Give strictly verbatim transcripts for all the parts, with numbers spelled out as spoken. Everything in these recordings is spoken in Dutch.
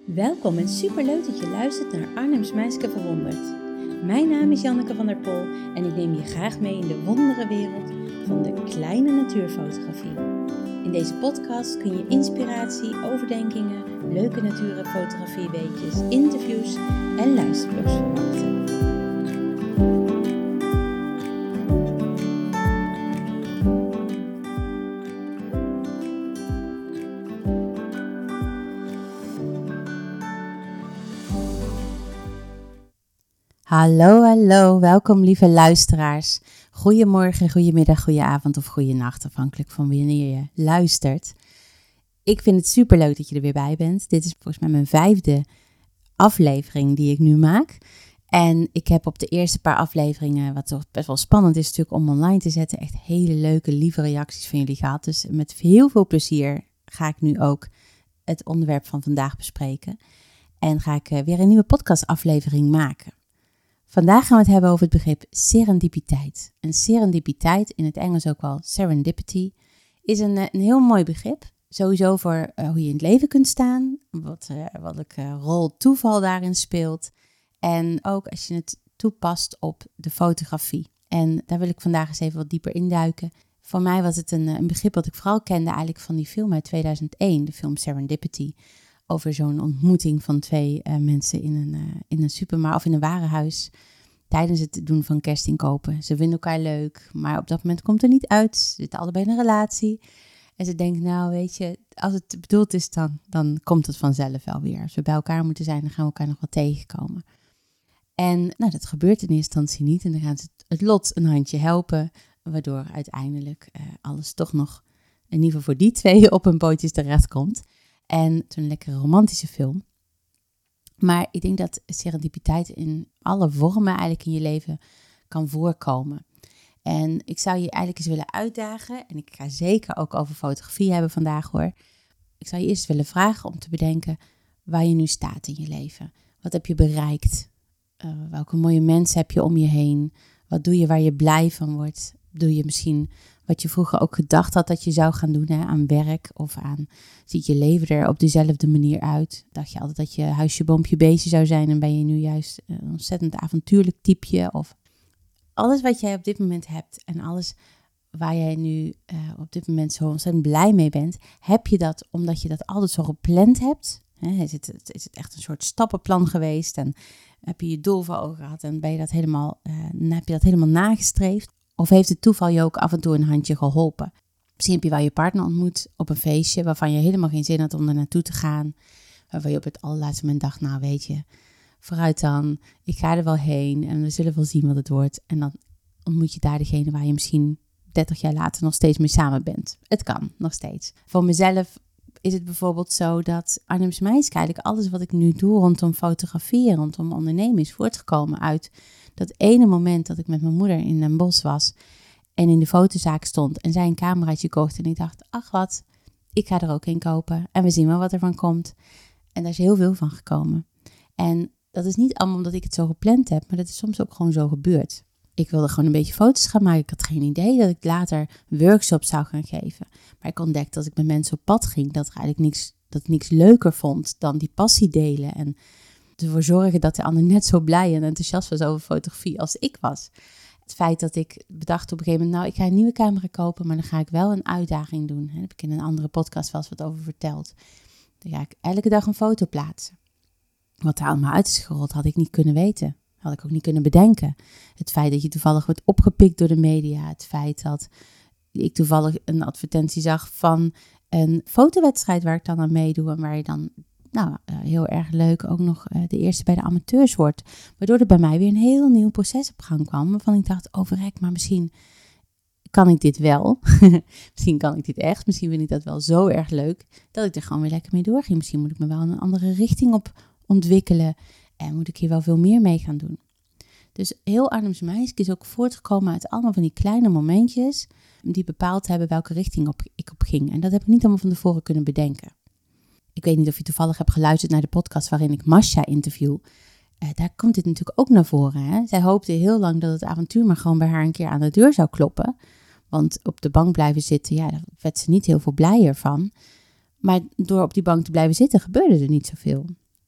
Welkom en superleuk dat je luistert naar Arnhems Meisje Verwonderd. Mijn naam is Janneke van der Pol en ik neem je graag mee in de wonderenwereld van de kleine natuurfotografie. In deze podcast kun je inspiratie, overdenkingen, leuke natuurfotografie weetjes, interviews en luisterblogs verwachten. Hallo, hallo, welkom lieve luisteraars. Goedemorgen, goedemiddag, goedenavond of goedenacht, afhankelijk van wanneer je luistert. Ik vind het superleuk dat je er weer bij bent. Dit is volgens mij mijn vijfde aflevering die ik nu maak. En ik heb op de eerste paar afleveringen, wat toch best wel spannend is natuurlijk om online te zetten, echt hele leuke, lieve reacties van jullie gehad. Dus met heel veel plezier ga ik nu ook het onderwerp van vandaag bespreken. En ga ik weer een nieuwe podcastaflevering maken. Vandaag gaan we het hebben over het begrip serendipiteit. En serendipiteit, in het Engels ook wel serendipity, is een, een heel mooi begrip. Sowieso voor uh, hoe je in het leven kunt staan, wat, uh, welke uh, rol toeval daarin speelt. En ook als je het toepast op de fotografie. En daar wil ik vandaag eens even wat dieper induiken. Voor mij was het een, een begrip wat ik vooral kende eigenlijk van die film uit tweeduizend één, de film Serendipity. Over zo'n ontmoeting van twee uh, mensen in een, uh, in een supermarkt of in een warenhuis tijdens het doen van kerstinkopen. Ze vinden elkaar leuk, maar op dat moment komt er niet uit. Ze zitten allebei in een relatie. En ze denken, nou weet je, als het bedoeld is, dan, dan komt het vanzelf wel weer. Als we bij elkaar moeten zijn, dan gaan we elkaar nog wel tegenkomen. En nou, dat gebeurt in eerste instantie niet. En dan gaan ze het, het lot een handje helpen, waardoor uiteindelijk uh, alles toch nog, in ieder geval voor die twee, op hun pootjes terecht komt. En het is een lekkere romantische film. Maar ik denk dat serendipiteit in alle vormen eigenlijk in je leven kan voorkomen. En ik zou je eigenlijk eens willen uitdagen. En ik ga zeker ook over fotografie hebben vandaag hoor. Ik zou je eerst willen vragen om te bedenken waar je nu staat in je leven. Wat heb je bereikt? Uh, welke mooie mensen heb je om je heen? Wat doe je waar je blij van wordt? Doe je misschien wat je vroeger ook gedacht had dat je zou gaan doen, hè, aan werk of aan, ziet je leven er op dezelfde manier uit? Dacht je altijd dat je huisje, boompje, beestje zou zijn en ben je nu juist een ontzettend avontuurlijk typeje? Of alles wat jij op dit moment hebt en alles waar jij nu uh, op dit moment zo ontzettend blij mee bent, heb je dat omdat je dat altijd zo gepland hebt? Hè, is, het, is het echt een soort stappenplan geweest en heb je je doel voor ogen gehad en ben je dat helemaal, uh, heb je dat helemaal nagestreefd? Of heeft het toeval je ook af en toe een handje geholpen? Misschien heb je wel je partner ontmoet op een feestje waarvan je helemaal geen zin had om er naartoe te gaan. Waarvan je op het allerlaatste moment dacht, nou weet je, vooruit dan, ik ga er wel heen en we zullen wel zien wat het wordt. En dan ontmoet je daar degene waar je misschien dertig jaar later nog steeds mee samen bent. Het kan, nog steeds. Voor mezelf is het bijvoorbeeld zo dat Arnhems Meisje eigenlijk alles wat ik nu doe rondom fotografie en rondom ondernemen is voortgekomen uit dat ene moment dat ik met mijn moeder in Den Bosch was en in de fotozaak stond en zij een cameraatje kocht en ik dacht, ach wat, ik ga er ook een kopen en we zien wel wat er van komt. En daar is heel veel van gekomen. En dat is niet allemaal omdat ik het zo gepland heb, maar dat is soms ook gewoon zo gebeurd. Ik wilde gewoon een beetje foto's gaan maken. Ik had geen idee dat ik later workshops zou gaan geven. Maar ik ontdekte dat ik met mensen op pad ging, dat, er eigenlijk niks, dat ik niks leuker vond dan die passie delen en ervoor zorgen dat de ander net zo blij en enthousiast was over fotografie als ik was. Het feit dat ik bedacht op een gegeven moment, nou, ik ga een nieuwe camera kopen, maar dan ga ik wel een uitdaging doen. Daar heb ik in een andere podcast wel eens wat over verteld. Dan ga ik elke dag een foto plaatsen. Wat er allemaal uit is gerold, had ik niet kunnen weten. Had ik ook niet kunnen bedenken. Het feit dat je toevallig wordt opgepikt door de media. Het feit dat ik toevallig een advertentie zag van een fotowedstrijd waar ik dan aan meedoe en waar je dan, nou, uh, heel erg leuk ook nog uh, de eerste bij de amateurs wordt. Waardoor er bij mij weer een heel nieuw proces op gang kwam. Waarvan ik dacht, oh verrek, maar misschien kan ik dit wel. Misschien kan ik dit echt. Misschien vind ik dat wel zo erg leuk dat ik er gewoon weer lekker mee doorging. Misschien moet ik me wel een andere richting op ontwikkelen. En moet ik hier wel veel meer mee gaan doen. Dus heel Arnhems Meisje is ook voortgekomen uit allemaal van die kleine momentjes die bepaald hebben welke richting op, ik op ging. En dat heb ik niet allemaal van tevoren kunnen bedenken. Ik weet niet of je toevallig hebt geluisterd naar de podcast waarin ik Masha interview. Uh, daar komt dit natuurlijk ook naar voren. Hè? Zij hoopte heel lang dat het avontuur maar gewoon bij haar een keer aan de deur zou kloppen. Want op de bank blijven zitten, ja, daar werd ze niet heel veel blijer van. Maar door op die bank te blijven zitten gebeurde er niet zoveel.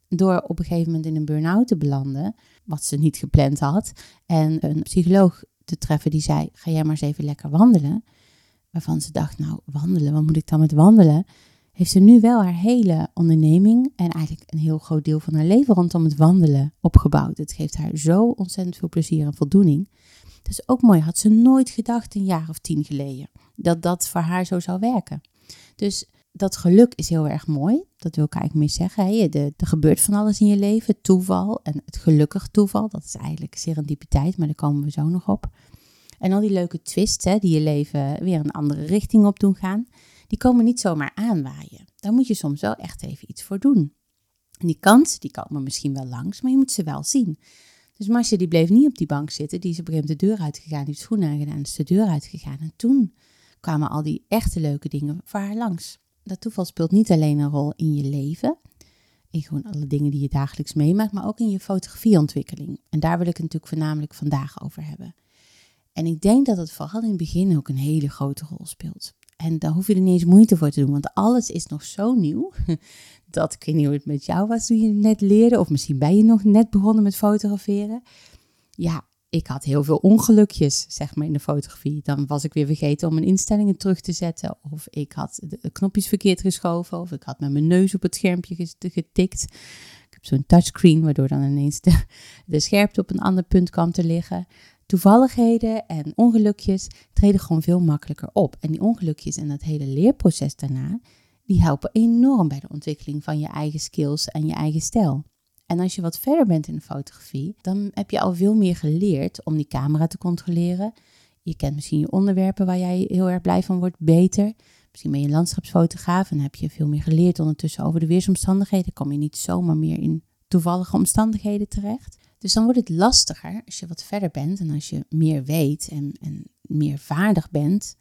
door op een gegeven moment in een burn-out te belanden, wat ze niet gepland had, en een psycholoog te treffen die zei, ga jij maar eens even lekker wandelen. Waarvan ze dacht, nou wandelen, wat moet ik dan met wandelen? Heeft ze nu wel haar hele onderneming en eigenlijk een heel groot deel van haar leven rondom het wandelen opgebouwd. Het geeft haar zo ontzettend veel plezier en voldoening. Dat is ook mooi, had ze nooit gedacht een jaar of tien geleden, dat dat voor haar zo zou werken. Dus dat geluk is heel erg mooi, dat wil ik eigenlijk mee zeggen. Hè? De, er gebeurt van alles in je leven, toeval en het gelukkig toeval, dat is eigenlijk serendipiteit, maar daar komen we zo nog op. En al die leuke twists hè, die je leven weer een andere richting op doen gaan, die komen niet zomaar aanwaaien. Daar moet je soms wel echt even iets voor doen. En die kansen, die komen misschien wel langs, maar je moet ze wel zien. Dus Marcia, die bleef niet op die bank zitten, die is op een gegeven moment de deur uitgegaan, die heeft schoenen aangedaan, is de deur uitgegaan. En toen kwamen al die echte leuke dingen voor haar langs. Dat toeval speelt niet alleen een rol in je leven, in gewoon alle dingen die je dagelijks meemaakt, maar ook in je fotografieontwikkeling. En daar wil ik het natuurlijk voornamelijk vandaag over hebben. En ik denk dat het vooral in het begin ook een hele grote rol speelt. En daar hoef je er niet eens moeite voor te doen, want alles is nog zo nieuw. Dat, ik weet niet hoe het met jou was toen je het net leerde, of misschien ben je nog net begonnen met fotograferen. Ja, ik had heel veel ongelukjes, zeg maar, in de fotografie. Dan was ik weer vergeten om mijn instellingen terug te zetten, of ik had de knopjes verkeerd geschoven, of ik had met mijn neus op het schermpje getikt. Ik heb zo'n touchscreen, waardoor dan ineens de, de scherpte op een ander punt kwam te liggen. Toevalligheden en ongelukjes treden gewoon veel makkelijker op. En die ongelukjes en dat hele leerproces daarna, die helpen enorm bij de ontwikkeling van je eigen skills en je eigen stijl. En als je wat verder bent in de fotografie, dan heb je al veel meer geleerd om die camera te controleren. Je kent misschien je onderwerpen waar jij heel erg blij van wordt beter. Misschien ben je landschapsfotograaf en heb je veel meer geleerd ondertussen over de weersomstandigheden. Kom je niet zomaar meer in toevallige omstandigheden terecht. Dus dan wordt het lastiger als je wat verder bent en als je meer weet en, en meer vaardig bent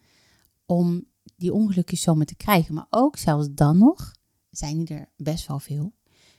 om die ongelukjes zomaar te krijgen. Maar ook zelfs dan nog zijn die er best wel veel.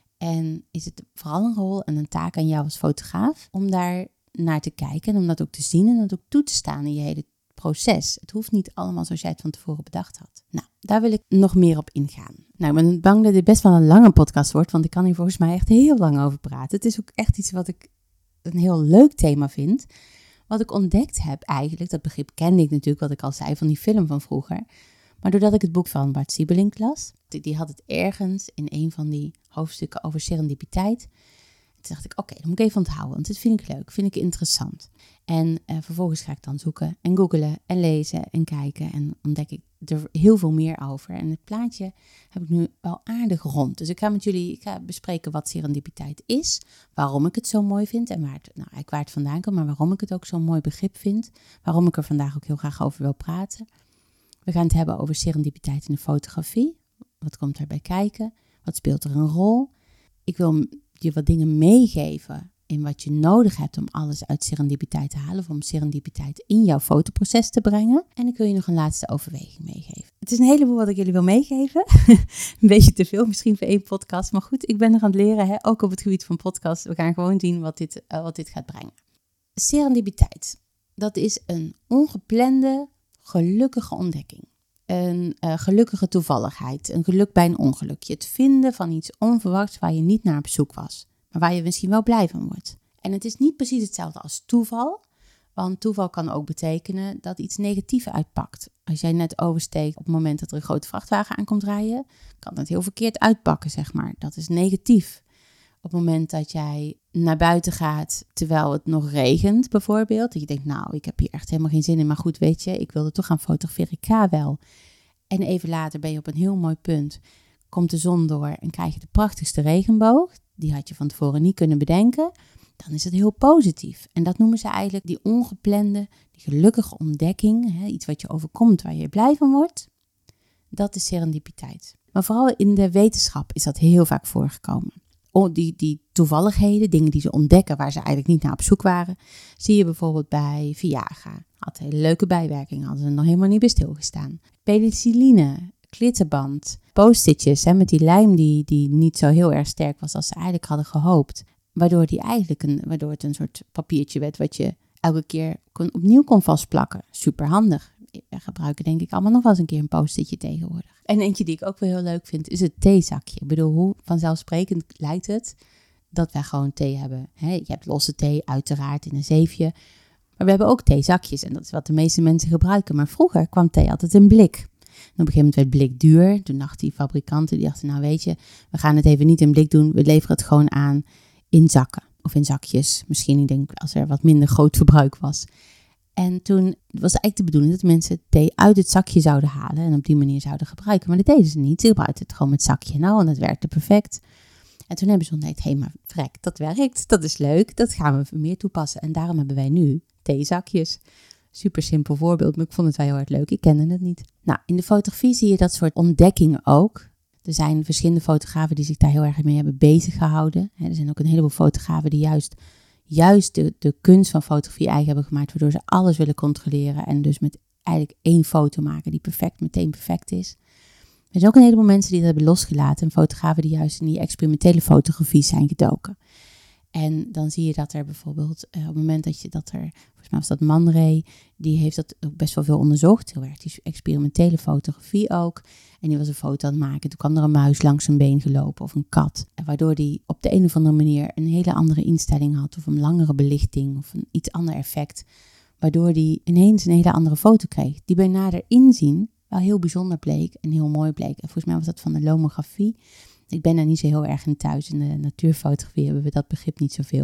En is het vooral een rol en een taak aan jou als fotograaf om daar naar te kijken en om dat ook te zien en dat ook toe te staan in je hele proces. Het hoeft niet allemaal zoals jij het van tevoren bedacht had. Nou, daar wil ik nog meer op ingaan. Nou, ik ben bang dat dit best wel een lange podcast wordt, want ik kan hier volgens mij echt heel lang over praten. Het is ook echt iets wat ik een heel leuk thema vind. Wat ik ontdekt heb eigenlijk, dat begrip kende ik natuurlijk, wat ik al zei van die film van vroeger. Maar doordat ik het boek van Bart Siebelink las, die had het ergens in een van die hoofdstukken over serendipiteit. Toen dacht ik, oké, okay, dat moet ik even onthouden, want dit vind ik leuk, vind ik interessant. En uh, vervolgens ga ik dan zoeken en googlen en lezen en kijken en ontdek ik er heel veel meer over. En het plaatje heb ik nu wel aardig rond. Dus ik ga met jullie ik ga bespreken wat serendipiteit is, waarom ik het zo mooi vind en waar het, nou, eigenlijk waar het vandaan komt, maar waarom ik het ook zo'n mooi begrip vind, waarom ik er vandaag ook heel graag over wil praten. We gaan het hebben over serendipiteit in de fotografie. Wat komt daarbij kijken? Wat speelt er een rol? Ik wil je wat dingen meegeven in wat je nodig hebt om alles uit serendipiteit te halen, of om serendipiteit in jouw fotoproces te brengen. En ik wil je nog een laatste overweging meegeven. Het is een heleboel wat ik jullie wil meegeven. Een beetje te veel misschien voor één podcast, maar goed, ik ben er aan het leren, hè? Ook op het gebied van podcast. We gaan gewoon zien wat dit, uh, wat dit gaat brengen. Serendipiteit, dat is een ongeplande, gelukkige ontdekking. Een uh, gelukkige toevalligheid, een geluk bij een ongelukje. Het vinden van iets onverwachts waar je niet naar op zoek was, maar waar je misschien wel blij van wordt. En het is niet precies hetzelfde als toeval, want toeval kan ook betekenen dat iets negatiefs uitpakt. Als jij net oversteekt op het moment dat er een grote vrachtwagen aankomt rijden, kan het heel verkeerd uitpakken, zeg maar. Dat is negatief. Op het moment dat jij naar buiten gaat terwijl het nog regent bijvoorbeeld. Dat je denkt, nou, ik heb hier echt helemaal geen zin in. Maar goed, weet je, ik wilde toch gaan fotograferen. Ik ga wel. En even later ben je op een heel mooi punt. Komt de zon door en krijg je de prachtigste regenboog. Die had je van tevoren niet kunnen bedenken. Dan is het heel positief. En dat noemen ze eigenlijk die ongeplande, die gelukkige ontdekking. Hè, iets wat je overkomt waar je blij van wordt. Dat is serendipiteit. Maar vooral in de wetenschap is dat heel vaak voorgekomen. Oh, die, die toevalligheden, dingen die ze ontdekken waar ze eigenlijk niet naar op zoek waren, zie je bijvoorbeeld bij Viagra. Had hele leuke bijwerkingen, hadden ze nog helemaal niet bij stilgestaan. Penicilline, klittenband, post-itjes hè, met die lijm die, die niet zo heel erg sterk was als ze eigenlijk hadden gehoopt. Waardoor, die eigenlijk een, waardoor het een soort papiertje werd wat je elke keer kon, opnieuw kon vastplakken. Super handig. We gebruiken denk ik allemaal nog wel eens een keer een post-itje tegenwoordig. En eentje die ik ook wel heel leuk vind, is het theezakje. Ik bedoel, hoe vanzelfsprekend lijkt het dat wij gewoon thee hebben. He, je hebt losse thee, uiteraard, in een zeefje. Maar we hebben ook theezakjes en dat is wat de meeste mensen gebruiken. Maar vroeger kwam thee altijd in blik. En op een gegeven moment werd blik duur. Toen dachten die fabrikanten, die dachten, nou weet je, we gaan het even niet in blik doen. We leveren het gewoon aan in zakken of in zakjes. Misschien, ik denk, als er wat minder groot verbruik was. En toen was eigenlijk de bedoeling dat mensen thee uit het zakje zouden halen en op die manier zouden gebruiken. Maar dat deden ze niet. Ze gebruikten het gewoon met zakje. Nou, en dat werkte perfect. En toen hebben ze ontdekt, hé, hey, maar vrek, dat werkt. Dat is leuk. Dat gaan we meer toepassen. En daarom hebben wij nu theezakjes. Super simpel voorbeeld, maar ik vond het wel heel erg leuk. Ik kende het niet. Nou, in de fotografie zie je dat soort ontdekkingen ook. Er zijn verschillende fotografen die zich daar heel erg mee hebben bezig gehouden. Er zijn ook een heleboel fotografen die juist... juist de, de kunst van fotografie eigen hebben gemaakt, waardoor ze alles willen controleren en dus met eigenlijk één foto maken die perfect, meteen perfect is. Er zijn ook een heleboel mensen die dat hebben losgelaten en fotografen die juist in die experimentele fotografie zijn gedoken. En dan zie je dat er bijvoorbeeld, uh, op het moment dat je dat er, volgens mij was dat Man Ray, die heeft dat ook best wel veel onderzocht, heel erg die experimentele fotografie ook. En die was een foto aan het maken, toen kwam er een muis langs zijn been gelopen of een kat. En waardoor die op de een of andere manier een hele andere instelling had of een langere belichting of een iets ander effect. Waardoor die ineens een hele andere foto kreeg, die bij nader inzien wel heel bijzonder bleek en heel mooi bleek. En volgens mij was dat van de lomografie. Ik ben daar niet zo heel erg in thuis. In de natuurfotografie hebben we dat begrip niet zoveel.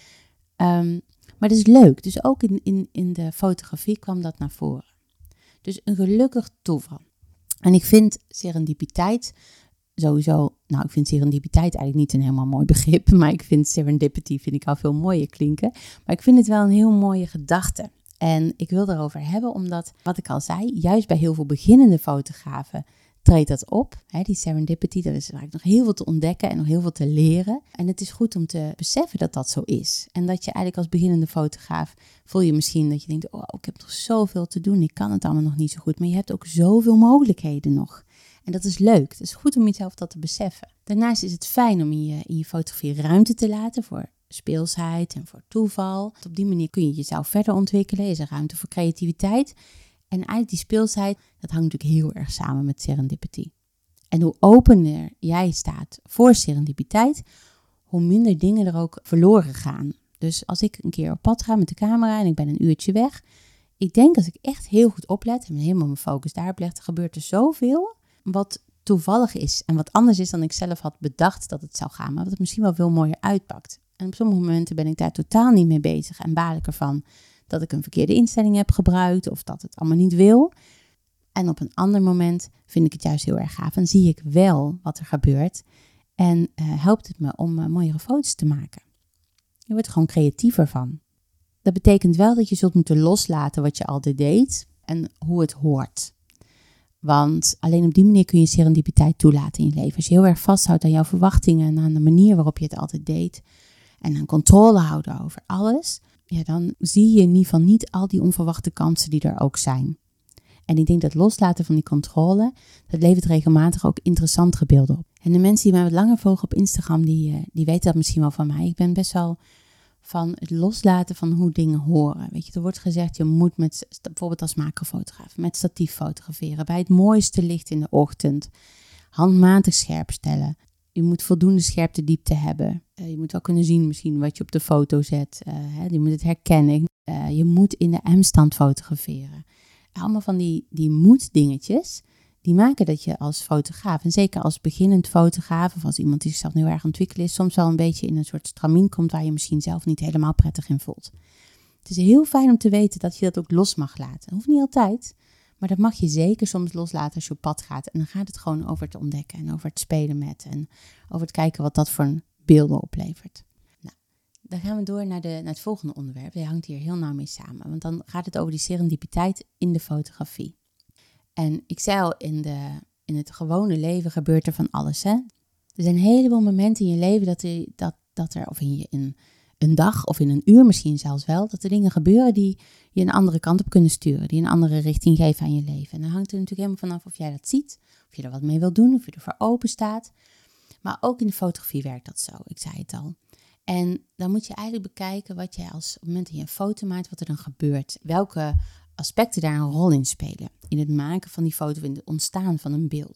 Um, maar dat is leuk. Dus ook in, in, in de fotografie kwam dat naar voren. Dus een gelukkig toeval. En ik vind serendipiteit sowieso... Nou, ik vind serendipiteit eigenlijk niet een helemaal mooi begrip. Maar ik vind serendipity vind ik al veel mooier klinken. Maar ik vind het wel een heel mooie gedachte. En ik wil daarover hebben omdat, wat ik al zei, juist bij heel veel beginnende fotografen treedt dat op. Hè, die serendipity, daar is eigenlijk nog heel veel te ontdekken en nog heel veel te leren. En het is goed om te beseffen dat dat zo is. En dat je eigenlijk als beginnende fotograaf voel je misschien dat je denkt, oh, ik heb nog zoveel te doen, ik kan het allemaal nog niet zo goed. Maar je hebt ook zoveel mogelijkheden nog. En dat is leuk. Het is goed om jezelf dat te beseffen. Daarnaast is het fijn om in je, in je fotografie ruimte te laten voor speelsheid en voor toeval. Op die manier kun je jezelf verder ontwikkelen. Is er ruimte voor creativiteit. En eigenlijk die speelsheid, dat hangt natuurlijk heel erg samen met serendipity. En hoe opener jij staat voor serendipiteit, hoe minder dingen er ook verloren gaan. Dus als ik een keer op pad ga met de camera en ik ben een uurtje weg. Ik denk als ik echt heel goed oplet en helemaal mijn focus daarop leg, gebeurt er zoveel wat toevallig is. En wat anders is dan ik zelf had bedacht dat het zou gaan. Maar wat het misschien wel veel mooier uitpakt. En op sommige momenten ben ik daar totaal niet mee bezig en baal ik ervan dat ik een verkeerde instelling heb gebruikt of dat het allemaal niet wil. En op een ander moment vind ik het juist heel erg gaaf en zie ik wel wat er gebeurt en uh, helpt het me om uh, mooiere foto's te maken. Je wordt er gewoon creatiever van. Dat betekent wel dat je zult moeten loslaten wat je altijd deed en hoe het hoort. Want alleen op die manier kun je serendipiteit toelaten in je leven. Als je heel erg vasthoudt aan jouw verwachtingen en aan de manier waarop je het altijd deed en aan controle houden over alles, ja, dan zie je in ieder geval niet al die onverwachte kansen die er ook zijn. En ik denk dat loslaten van die controle, dat levert regelmatig ook interessantere beelden op. En de mensen die mij wat langer volgen op Instagram, die, die weten dat misschien wel van mij. Ik ben best wel van het loslaten van hoe dingen horen. Weet je, er wordt gezegd, je moet met, bijvoorbeeld als macrofotograaf, met statief fotograferen. Bij het mooiste licht in de ochtend. Handmatig scherp stellen. Je moet voldoende scherpte diepte hebben. Uh, je moet wel kunnen zien misschien wat je op de foto zet. Uh, hè, je moet het herkennen. Uh, je moet in de M-stand fotograferen. Allemaal van die, die moet-dingetjes, die maken dat je als fotograaf, en zeker als beginnend fotograaf of als iemand die zichzelf heel erg ontwikkelen is, soms wel een beetje in een soort stramien komt waar je misschien zelf niet helemaal prettig in voelt. Het is heel fijn om te weten dat je dat ook los mag laten. Dat hoeft niet altijd, maar dat mag je zeker soms loslaten als je op pad gaat. En dan gaat het gewoon over het ontdekken en over het spelen met en over het kijken wat dat voor beelden oplevert. Nou, dan gaan we door naar, de, naar het volgende onderwerp. Dat hangt hier heel nauw mee samen, want dan gaat het over die serendipiteit in de fotografie. En ik zei al, in, de, in het gewone leven gebeurt er van alles. Hè? Er zijn een heleboel momenten in je leven dat er, dat, dat er of in, je, in een dag of in een uur misschien zelfs wel, dat er dingen gebeuren die je een andere kant op kunnen sturen, die een andere richting geven aan je leven. En dan hangt er natuurlijk helemaal vanaf of jij dat ziet, of je er wat mee wil doen, of je ervoor open staat. Maar ook in de fotografie werkt dat zo, ik zei het al. En dan moet je eigenlijk bekijken wat jij als, op het moment dat je een foto maakt, wat er dan gebeurt. Welke aspecten daar een rol in spelen. In het maken van die foto, in het ontstaan van een beeld.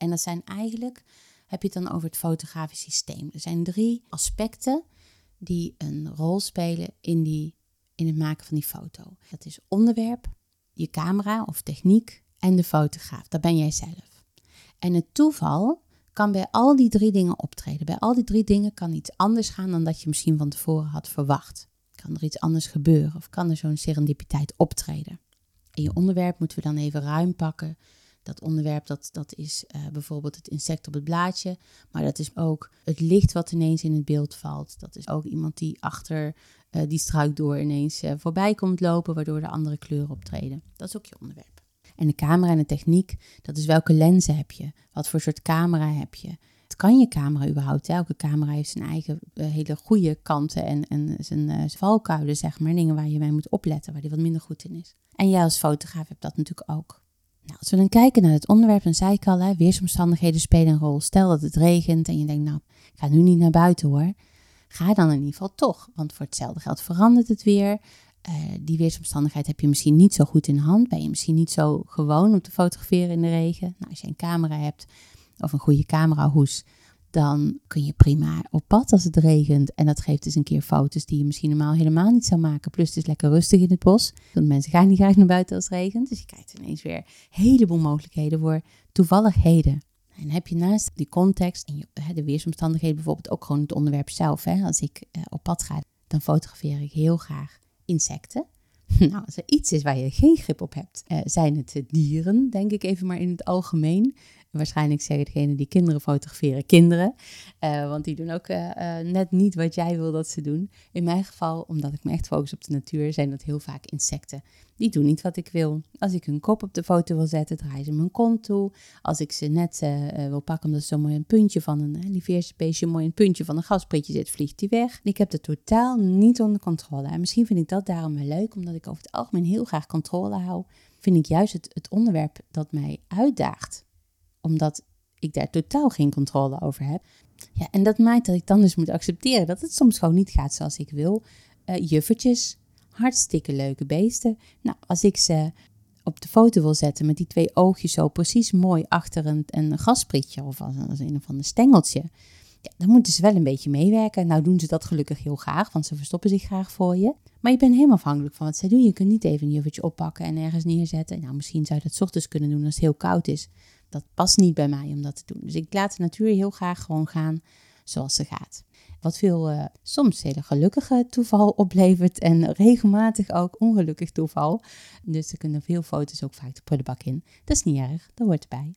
En dat zijn eigenlijk, heb je het dan over het fotografisch systeem. Er zijn drie aspecten die een rol spelen in, die, in het maken van die foto. Dat is onderwerp, je camera of techniek en de fotograaf. Dat ben jij zelf. En het toeval kan bij al die drie dingen optreden. Bij al die drie dingen kan iets anders gaan dan dat je misschien van tevoren had verwacht. Kan er iets anders gebeuren of kan er zo'n serendipiteit optreden. En je onderwerp moeten we dan even ruim pakken. Dat onderwerp dat, dat is uh, bijvoorbeeld het insect op het blaadje. Maar dat is ook het licht wat ineens in het beeld valt. Dat is ook iemand die achter uh, die struik door ineens uh, voorbij komt lopen. Waardoor er andere kleuren optreden. Dat is ook je onderwerp. En de camera en de techniek, dat is welke lenzen heb je? Wat voor soort camera heb je? Het kan je camera überhaupt? Hè? Elke camera heeft zijn eigen uh, hele goede kanten en, en zijn, uh, zijn valkuilen, zeg maar. Dingen waar je bij moet opletten, waar die wat minder goed in is. En jij als fotograaf hebt dat natuurlijk ook. Nou, als we dan kijken naar het onderwerp, dan zei ik al, hè, weersomstandigheden spelen een rol. Stel dat het regent en je denkt, nou, ik ga nu niet naar buiten hoor. Ga dan in ieder geval toch, want voor hetzelfde geld verandert het weer. Uh, die weersomstandigheid heb je misschien niet zo goed in de hand. Ben je misschien niet zo gewoon om te fotograferen in de regen. Nou, als je een camera hebt of een goede camerahoes, dan kun je prima op pad als het regent. En dat geeft dus een keer foto's die je misschien normaal helemaal niet zou maken. Plus het is lekker rustig in het bos. Want mensen gaan niet graag naar buiten als het regent. Dus je krijgt ineens weer een heleboel mogelijkheden voor toevalligheden. En heb je naast die context en je, de weersomstandigheden bijvoorbeeld ook gewoon het onderwerp zelf. Hè? Als ik uh, op pad ga, dan fotografeer ik heel graag insecten. Nou, als er iets is waar je geen grip op hebt, uh, zijn het dieren, denk ik even maar in het algemeen. Waarschijnlijk zeggen degenen die kinderen fotograferen kinderen. Uh, want die doen ook uh, uh, net niet wat jij wil dat ze doen. In mijn geval, omdat ik me echt focus op de natuur, zijn dat heel vaak insecten. Die doen niet wat ik wil. Als ik hun kop op de foto wil zetten, draaien ze mijn kont toe. Als ik ze net uh, uh, wil pakken omdat zo mooi een puntje van een uh, lieveheersbeestje mooi een puntje van een gasprietje zit, vliegt die weg. Ik heb het totaal niet onder controle. En misschien vind ik dat daarom wel leuk, omdat ik over het algemeen heel graag controle hou. Vind ik juist het, het onderwerp dat mij uitdaagt. Omdat ik daar totaal geen controle over heb. Ja, en dat maakt dat ik dan dus moet accepteren dat het soms gewoon niet gaat zoals ik wil. Uh, juffertjes, hartstikke leuke beesten. Nou, als ik ze op de foto wil zetten met die twee oogjes zo precies mooi achter een, een gasprietje of als, als een of ander stengeltje. Ja, dan moeten ze wel een beetje meewerken. Nou doen ze dat gelukkig heel graag, want ze verstoppen zich graag voor je. Maar je bent helemaal afhankelijk van wat zij doen. Je kunt niet even een juffertje oppakken en ergens neerzetten. Nou, misschien zou je dat 's ochtends kunnen doen als het heel koud is. Dat past niet bij mij om dat te doen. Dus ik laat de natuur heel graag gewoon gaan zoals ze gaat. Wat veel uh, soms hele gelukkige toeval oplevert en regelmatig ook ongelukkig toeval. Dus er kunnen veel foto's ook vaak de prullenbak in. Dat is niet erg, dat hoort erbij.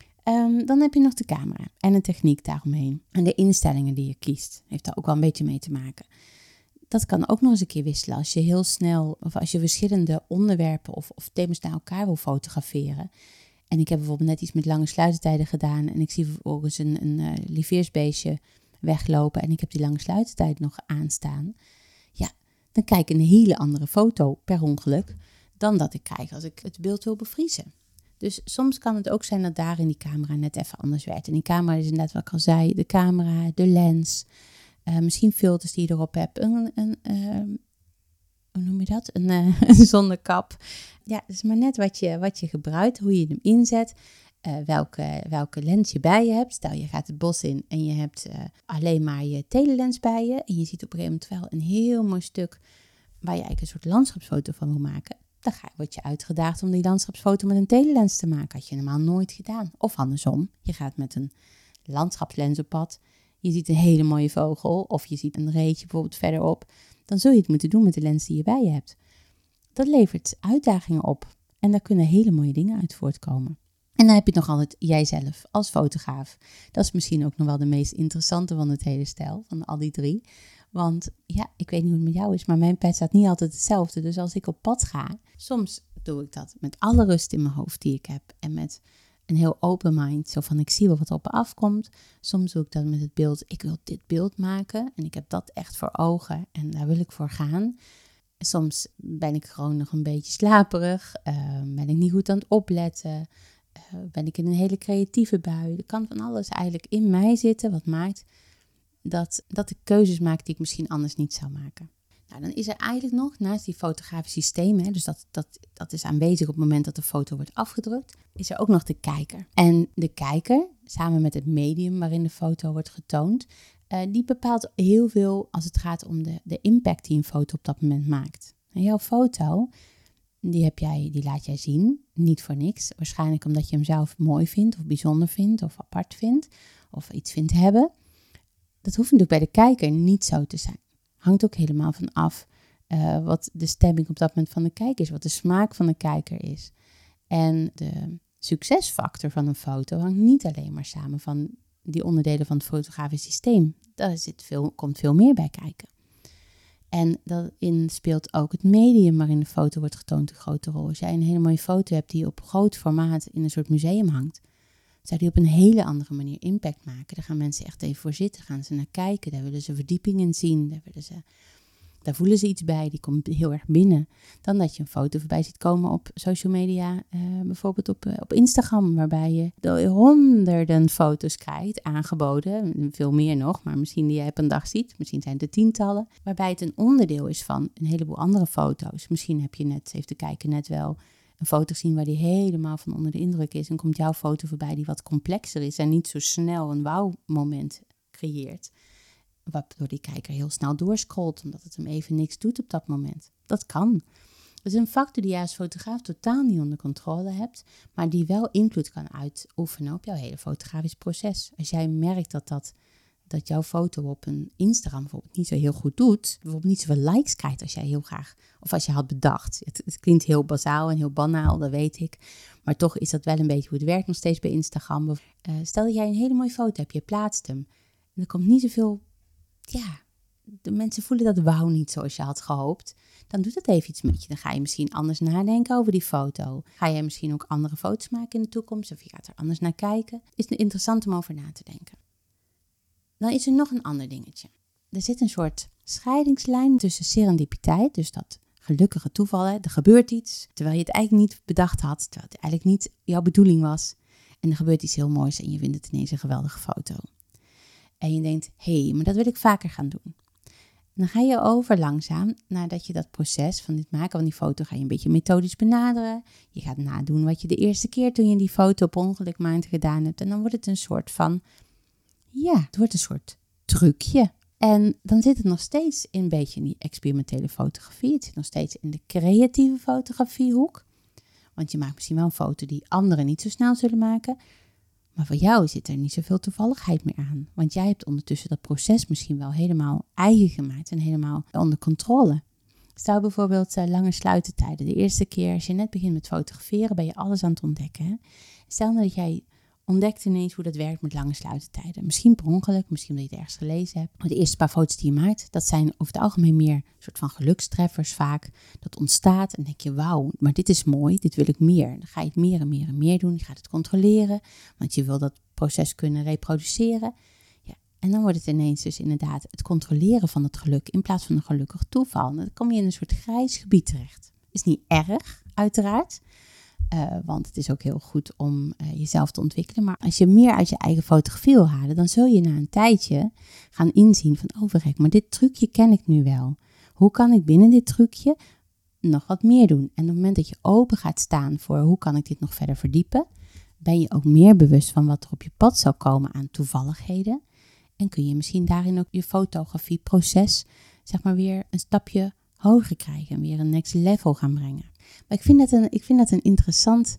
Um, dan heb je nog de camera en de techniek daaromheen. En de instellingen die je kiest, heeft daar ook wel een beetje mee te maken. Dat kan ook nog eens een keer wisselen als je heel snel, of als je verschillende onderwerpen of, of thema's naar elkaar wil fotograferen. En ik heb bijvoorbeeld net iets met lange sluitertijden gedaan en ik zie vervolgens een, een uh, lieveheersbeestje weglopen en ik heb die lange sluitertijd nog aanstaan. Ja, dan krijg ik een hele andere foto per ongeluk dan dat ik krijg als ik het beeld wil bevriezen. Dus soms kan het ook zijn dat daar in die camera net even anders werkt. En die camera is net wat ik al zei, de camera, de lens, uh, misschien filters die je erop hebt, een, een, uh, hoe noem je dat? Een, uh, een zonnekap. Ja, het is maar net wat je, wat je gebruikt, hoe je hem inzet, uh, welke, welke lens je bij je hebt. Stel, je gaat het bos in en je hebt uh, alleen maar je telelens bij je. En je ziet op een gegeven moment wel een heel mooi stuk waar je eigenlijk een soort landschapsfoto van wil maken. Dan ga, word je uitgedaagd om die landschapsfoto met een telelens te maken. Had je normaal nooit gedaan. Of andersom, je gaat met een landschapslens op pad. Je ziet een hele mooie vogel of je ziet een reetje bijvoorbeeld verderop. Dan zul je het moeten doen met de lens die je bij je hebt. Dat levert uitdagingen op en daar kunnen hele mooie dingen uit voortkomen. En dan heb je nog altijd jijzelf als fotograaf. Dat is misschien ook nog wel de meest interessante van het hele stel, van al die drie. Want ja, ik weet niet hoe het met jou is, maar mijn pet staat niet altijd hetzelfde. Dus als ik op pad ga, soms doe ik dat met alle rust in mijn hoofd die ik heb. En met een heel open mind, zo van ik zie wel wat er op me afkomt. Soms doe ik dat met het beeld, ik wil dit beeld maken en ik heb dat echt voor ogen en daar wil ik voor gaan. Soms ben ik gewoon nog een beetje slaperig, uh, ben ik niet goed aan het opletten, uh, ben ik in een hele creatieve bui. Er kan van alles eigenlijk in mij zitten wat maakt dat, dat ik keuzes maak die ik misschien anders niet zou maken. Nou, dan is er eigenlijk nog, naast die fotografische systemen, hè, dus dat, dat, dat is aanwezig op het moment dat de foto wordt afgedrukt, is er ook nog de kijker. En de kijker, samen met het medium waarin de foto wordt getoond, uh, die bepaalt heel veel als het gaat om de, de impact die een foto op dat moment maakt. En jouw foto, die, heb jij, die laat jij zien, niet voor niks. Waarschijnlijk omdat je hem zelf mooi vindt of bijzonder vindt of apart vindt of iets vindt hebben. Dat hoeft natuurlijk bij de kijker niet zo te zijn. Hangt ook helemaal van af uh, wat de stemming op dat moment van de kijker is, wat de smaak van de kijker is. En de succesfactor van een foto hangt niet alleen maar samen van die onderdelen van het fotografisch systeem. Daar zit veel, komt veel meer bij kijken. En daarin speelt ook het medium waarin de foto wordt getoond een grote rol. Als jij een hele mooie foto hebt die op groot formaat in een soort museum hangt, zou die op een hele andere manier impact maken. Daar gaan mensen echt even voor zitten, gaan ze naar kijken. Daar willen ze verdieping in zien, daar, willen ze, daar voelen ze iets bij, die komt heel erg binnen. Dan dat je een foto voorbij ziet komen op social media, uh, bijvoorbeeld op, uh, op Instagram, waarbij je de honderden foto's krijgt, aangeboden, veel meer nog, maar misschien die jij op een dag ziet, misschien zijn het er tientallen, waarbij het een onderdeel is van een heleboel andere foto's. Misschien heb je net, heeft de kijker net wel een foto zien waar die helemaal van onder de indruk is en komt jouw foto voorbij die wat complexer is en niet zo snel een wauw-moment creëert. Waardoor die kijker heel snel doorscrollt, omdat het hem even niks doet op dat moment. Dat kan. Dat is een factor die jij als fotograaf totaal niet onder controle hebt, maar die wel invloed kan uitoefenen op jouw hele fotografisch proces. Als jij merkt dat, dat, dat jouw foto op een Instagram bijvoorbeeld niet zo heel goed doet, bijvoorbeeld niet zoveel likes krijgt als jij heel graag, of als je had bedacht. Het, het klinkt heel bazaal en heel banaal, dat weet ik, maar toch is dat wel een beetje hoe het werkt nog steeds bij Instagram. Uh, stel dat jij een hele mooie foto hebt, je plaatst hem en er komt niet zoveel. Ja, de mensen voelen dat wauw niet zoals je had gehoopt. Dan doet dat even iets met je. Dan ga je misschien anders nadenken over die foto. Ga je misschien ook andere foto's maken in de toekomst? Of je gaat er anders naar kijken. Het is interessant om over na te denken. Dan is er nog een ander dingetje. Er zit een soort scheidingslijn tussen serendipiteit, dus dat gelukkige toeval. Hè? Er gebeurt iets, terwijl je het eigenlijk niet bedacht had. Terwijl het eigenlijk niet jouw bedoeling was. En er gebeurt iets heel moois en je vindt het ineens een geweldige foto. En je denkt, hé, hey, maar dat wil ik vaker gaan doen. En dan ga je over langzaam, nadat je dat proces van dit maken van die foto, ga je een beetje methodisch benaderen. Je gaat nadoen wat je de eerste keer toen je die foto op ongeluk maakte gedaan hebt. En dan wordt het een soort van, ja, het wordt een soort trucje. En dan zit het nog steeds een beetje in die experimentele fotografie. Het zit nog steeds in de creatieve fotografiehoek. Want je maakt misschien wel een foto die anderen niet zo snel zullen maken. Maar voor jou zit er niet zoveel toevalligheid meer aan. Want jij hebt ondertussen dat proces misschien wel helemaal eigen gemaakt en helemaal onder controle. Stel bijvoorbeeld uh, lange sluitertijden. De eerste keer als je net begint met fotograferen ben je alles aan het ontdekken. Hè? Stel nou dat jij ontdekt ineens hoe dat werkt met lange sluitertijden. Misschien per ongeluk, misschien omdat je het ergens gelezen hebt. Maar de eerste paar foto's die je maakt, dat zijn over het algemeen meer een soort van gelukstreffers vaak. Dat ontstaat en denk je, wauw, maar dit is mooi, dit wil ik meer. Dan ga je het meer en meer en meer doen. Je gaat het controleren, want je wil dat proces kunnen reproduceren. Ja, en dan wordt het ineens dus inderdaad het controleren van het geluk in plaats van een gelukkig toeval. En dan kom je in een soort grijs gebied terecht. Is niet erg, uiteraard. Uh, want het is ook heel goed om uh, jezelf te ontwikkelen. Maar als je meer uit je eigen fotografie wil halen, dan zul je na een tijdje gaan inzien van, oh verrek, maar dit trucje ken ik nu wel. Hoe kan ik binnen dit trucje nog wat meer doen? En op het moment dat je open gaat staan voor hoe kan ik dit nog verder verdiepen, ben je ook meer bewust van wat er op je pad zal komen aan toevalligheden. En kun je misschien daarin ook je fotografieproces, zeg maar, weer een stapje hoger krijgen en weer een next level gaan brengen. Maar ik vind dat een, ik vind dat een interessant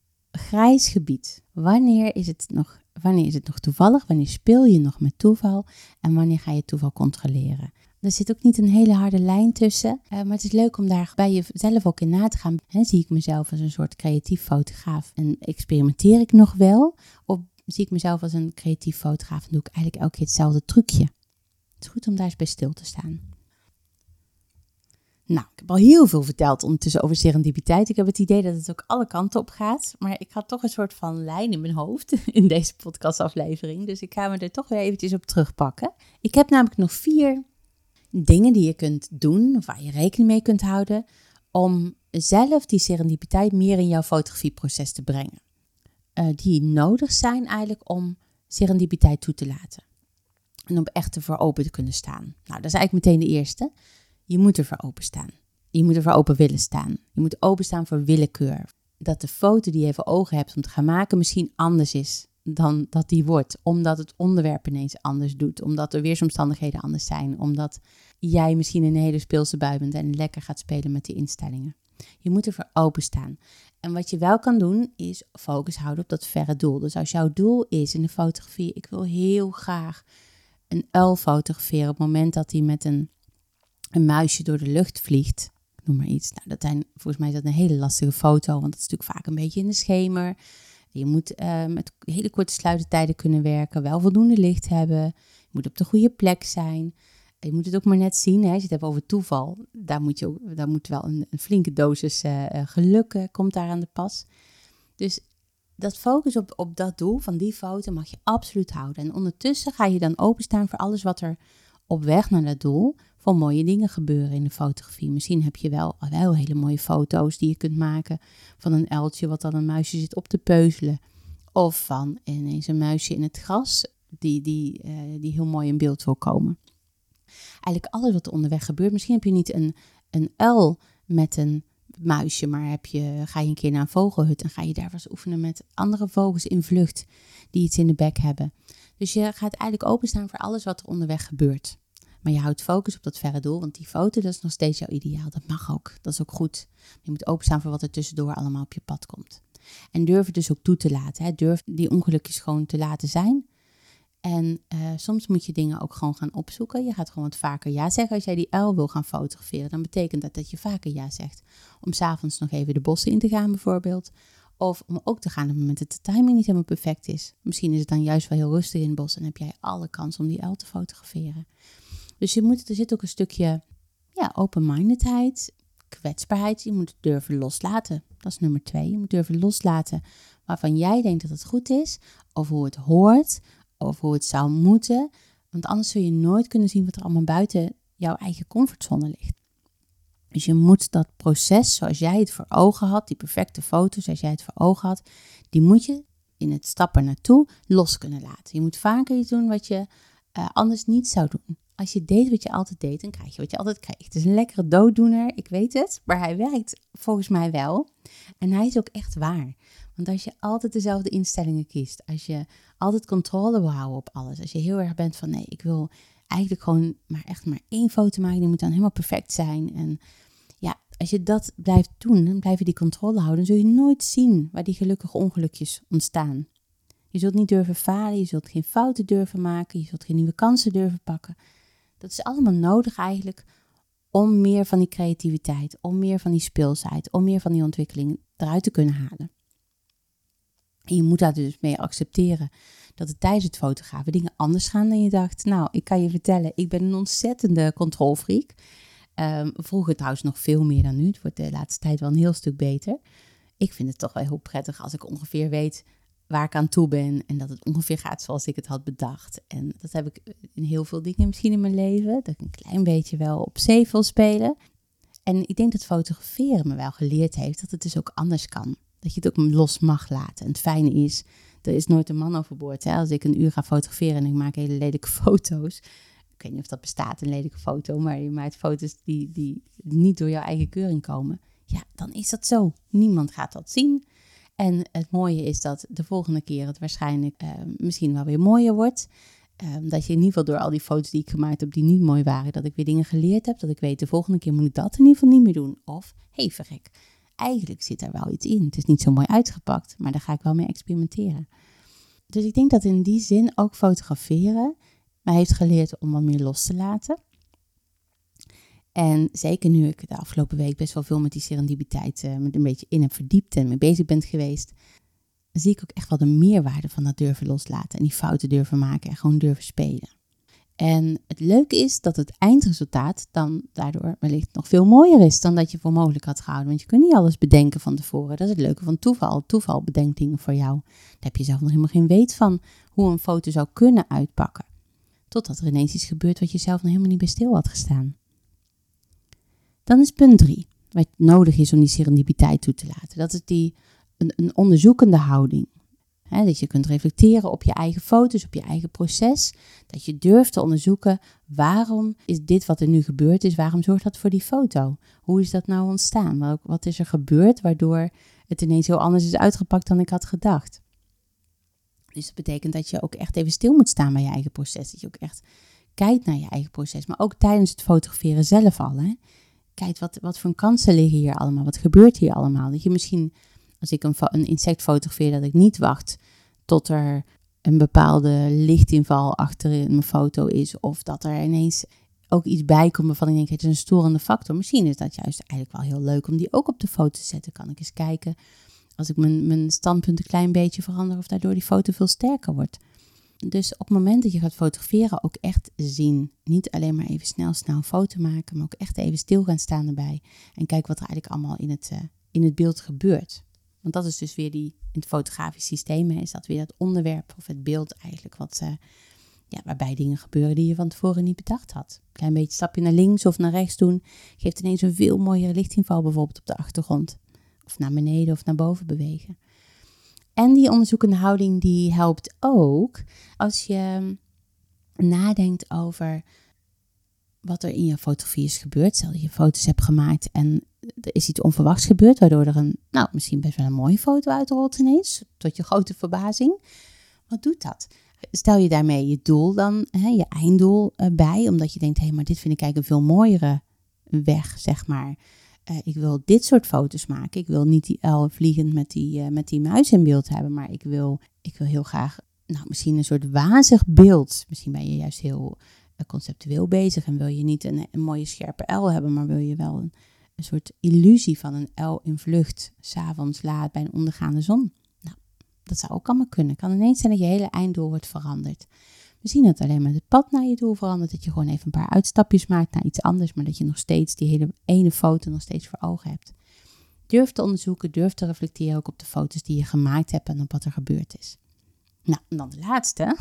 grijs gebied. Wanneer is het nog, wanneer is het nog toevallig? Wanneer speel je nog met toeval? En wanneer ga je toeval controleren? Er zit ook niet een hele harde lijn tussen. Uh, maar het is leuk om daar bij jezelf ook in na te gaan. He, zie ik mezelf als een soort creatief fotograaf en experimenteer ik nog wel? Of zie ik mezelf als een creatief fotograaf en doe ik eigenlijk elke keer hetzelfde trucje? Het is goed om daar eens bij stil te staan. Nou, ik heb al heel veel verteld ondertussen over serendipiteit. Ik heb het idee dat het ook alle kanten op gaat. Maar ik had toch een soort van lijn in mijn hoofd in deze podcastaflevering. Dus ik ga me er toch weer eventjes op terugpakken. Ik heb namelijk nog vier dingen die je kunt doen, of waar je rekening mee kunt houden, om zelf die serendipiteit meer in jouw fotografieproces te brengen. Uh, die nodig zijn eigenlijk om serendipiteit toe te laten. En om echt ervoor open te kunnen staan. Nou, dat is eigenlijk meteen de eerste. Je moet ervoor openstaan. Je moet ervoor open willen staan. Je moet openstaan voor willekeur. Dat de foto die je voor ogen hebt om te gaan maken misschien anders is dan dat die wordt. Omdat het onderwerp ineens anders doet. Omdat de weersomstandigheden anders zijn. Omdat jij misschien in een hele speelse bui bent en lekker gaat spelen met die instellingen. Je moet ervoor openstaan. En wat je wel kan doen is focus houden op dat verre doel. Dus als jouw doel is in de fotografie, ik wil heel graag een uil fotograferen op het moment dat hij met een, een muisje door de lucht vliegt. Noem maar iets. Nou, dat zijn, volgens mij is dat een hele lastige foto, want dat is natuurlijk vaak een beetje in de schemer. Je moet uh, met hele korte sluitertijden kunnen werken, wel voldoende licht hebben. Je moet op de goede plek zijn. Je moet het ook maar net zien. Hè. Als je het hebt over toeval, daar moet, je ook, daar moet wel een, een flinke dosis uh, geluk uh, komt daar aan de pas. Dus dat focus op, op dat doel van die foto mag je absoluut houden. En ondertussen ga je dan openstaan voor alles wat er op weg naar dat doel voor mooie dingen gebeuren in de fotografie. Misschien heb je wel, wel hele mooie foto's die je kunt maken van een uiltje wat dan een muisje zit op te peuzelen. Of van ineens een muisje in het gras die, die, uh, die heel mooi in beeld wil komen. Eigenlijk alles wat er onderweg gebeurt. Misschien heb je niet een, een uil met een muisje, maar heb je, ga je een keer naar een vogelhut en ga je daar eens oefenen met andere vogels in vlucht die iets in de bek hebben. Dus je gaat eigenlijk openstaan voor alles wat er onderweg gebeurt. Maar je houdt focus op dat verre doel, want die foto, dat is nog steeds jouw ideaal. Dat mag ook, dat is ook goed. Je moet openstaan voor wat er tussendoor allemaal op je pad komt. En durf het dus ook toe te laten. Hè. Durf die ongelukjes gewoon te laten zijn. En uh, soms moet je dingen ook gewoon gaan opzoeken. Je gaat gewoon wat vaker ja zeggen. Als jij die uil wil gaan fotograferen, dan betekent dat dat je vaker ja zegt. Om 's avonds nog even de bossen in te gaan bijvoorbeeld. Of om ook te gaan op het moment dat de timing niet helemaal perfect is. Misschien is het dan juist wel heel rustig in het bos en heb jij alle kans om die uil te fotograferen. Dus je moet, er zit ook een stukje ja, open-mindedheid, kwetsbaarheid. Je moet het durven loslaten. Dat is nummer twee. Je moet durven loslaten waarvan jij denkt dat het goed is. Of hoe het hoort. Of hoe het zou moeten. Want anders zul je nooit kunnen zien wat er allemaal buiten jouw eigen comfortzone ligt. Dus je moet dat proces zoals jij het voor ogen had, die perfecte foto's zoals jij het voor ogen had, die moet je in het stappen naartoe los kunnen laten. Je moet vaker iets doen wat je uh, anders niet zou doen. Als je deed wat je altijd deed, dan krijg je wat je altijd krijgt. Het is een lekkere dooddoener, ik weet het, maar hij werkt volgens mij wel. En hij is ook echt waar. Want als je altijd dezelfde instellingen kiest, als je altijd controle wil houden op alles, als je heel erg bent van nee, ik wil eigenlijk gewoon maar echt maar één foto maken, die moet dan helemaal perfect zijn. En ja, als je dat blijft doen, dan blijf je die controle houden, dan zul je nooit zien waar die gelukkige ongelukjes ontstaan. Je zult niet durven falen, je zult geen fouten durven maken, je zult geen nieuwe kansen durven pakken. Dat is allemaal nodig eigenlijk om meer van die creativiteit, om meer van die speelsheid, om meer van die ontwikkeling eruit te kunnen halen. En je moet daar dus mee accepteren dat er tijdens het fotografen dingen anders gaan dan je dacht. Nou, ik kan je vertellen, ik ben een ontzettende controlfreak. Um, vroeger trouwens nog veel meer dan nu. Het wordt de laatste tijd wel een heel stuk beter. Ik vind het toch wel heel prettig als ik ongeveer weet waar ik aan toe ben en dat het ongeveer gaat zoals ik het had bedacht. En dat heb ik in heel veel dingen misschien in mijn leven, dat ik een klein beetje wel op zee wil spelen. En ik denk dat fotograferen me wel geleerd heeft dat het dus ook anders kan. Dat je het ook los mag laten. En het fijne is, er is nooit een man overboord. Hè? Als ik een uur ga fotograferen en ik maak hele lelijke foto's. Ik weet niet of dat bestaat, een lelijke foto. Maar je maakt foto's die, die niet door jouw eigen keuring komen. Ja, dan is dat zo. Niemand gaat dat zien. En het mooie is dat de volgende keer het waarschijnlijk uh, misschien wel weer mooier wordt. Um, dat je in ieder geval door al die foto's die ik gemaakt heb die niet mooi waren, dat ik weer dingen geleerd heb. Dat ik weet, de volgende keer moet ik dat in ieder geval niet meer doen. Of, hé hey, verrek, eigenlijk zit daar wel iets in. Het is niet zo mooi uitgepakt, maar daar ga ik wel mee experimenteren. Dus ik denk dat in die zin ook fotograferen mij heeft geleerd om wat meer los te laten. En zeker nu ik de afgelopen week best wel veel met die serendipiteit uh, met een beetje in heb verdiept en mee bezig ben geweest, zie ik ook echt wel de meerwaarde van dat durven loslaten en die fouten durven maken en gewoon durven spelen. En het leuke is dat het eindresultaat dan daardoor wellicht nog veel mooier is dan dat je voor mogelijk had gehouden. Want je kunt niet alles bedenken van tevoren. Dat is het leuke van toeval. Toeval bedenkt dingen voor jou. Daar heb je zelf nog helemaal geen weet van hoe een foto zou kunnen uitpakken. Totdat er ineens iets gebeurt wat je zelf nog helemaal niet bij stil had gestaan. Dan is punt drie, wat nodig is om die serendipiteit toe te laten. Dat is die, een, een onderzoekende houding. He, dat je kunt reflecteren op je eigen foto's, op je eigen proces. Dat je durft te onderzoeken, waarom is dit wat er nu gebeurd is, waarom zorgt dat voor die foto? Hoe is dat nou ontstaan? Wat is er gebeurd waardoor het ineens heel anders is uitgepakt dan ik had gedacht? Dus dat betekent dat je ook echt even stil moet staan bij je eigen proces. Dat je ook echt kijkt naar je eigen proces. Maar ook tijdens het fotograferen zelf al. Hè? Kijk, wat, wat voor kansen liggen hier allemaal? Wat gebeurt hier allemaal? Dat je misschien, als ik een, een insect fotografeer, dat ik niet wacht tot er een bepaalde lichtinval achter in mijn foto is. Of dat er ineens ook iets bij komt waarvan ik denk, het is een storende factor. Misschien is dat juist eigenlijk wel heel leuk om die ook op de foto te zetten. Kan ik eens kijken, als ik mijn, mijn standpunt een klein beetje verander, of daardoor die foto veel sterker wordt. Dus op het moment dat je gaat fotograferen, ook echt zien. Niet alleen maar even snel, snel een foto maken, maar ook echt even stil gaan staan erbij. En kijken wat er eigenlijk allemaal in het, uh, in het beeld gebeurt. Want dat is dus weer die, in het fotografisch systeem, is dat weer dat onderwerp of het beeld eigenlijk, wat, uh, ja, waarbij dingen gebeuren die je van tevoren niet bedacht had. Een klein beetje stapje naar links of naar rechts doen, geeft ineens een veel mooiere lichtinval bijvoorbeeld op de achtergrond. Of naar beneden of naar boven bewegen. En die onderzoekende houding die helpt ook als je nadenkt over wat er in je fotografie is gebeurd. Stel dat je foto's hebt gemaakt en er is iets onverwachts gebeurd, waardoor er een, nou misschien best wel een mooie foto uitrolt ineens, tot je grote verbazing. Wat doet dat? Stel je daarmee je doel dan, hè, je einddoel uh, bij, omdat je denkt, hé, hey, maar dit vind ik eigenlijk een veel mooiere weg, zeg maar. Uh, ik wil dit soort foto's maken. Ik wil niet die uil vliegend met die, uh, met die muis in beeld hebben, maar ik wil, ik wil heel graag, nou misschien een soort wazig beeld. Misschien ben je juist heel uh, conceptueel bezig en wil je niet een, een mooie scherpe uil hebben, maar wil je wel een, een soort illusie van een uil in vlucht, 's avonds laat bij een ondergaande zon. Nou, dat zou ook allemaal kunnen. Het kan ineens zijn dat je hele einddoel wordt veranderd. Misschien dat alleen maar het pad naar je doel verandert, dat je gewoon even een paar uitstapjes maakt naar iets anders, maar dat je nog steeds die hele ene foto nog steeds voor ogen hebt. Durf te onderzoeken, durf te reflecteren ook op de foto's die je gemaakt hebt en op wat er gebeurd is. Nou, en dan de laatste.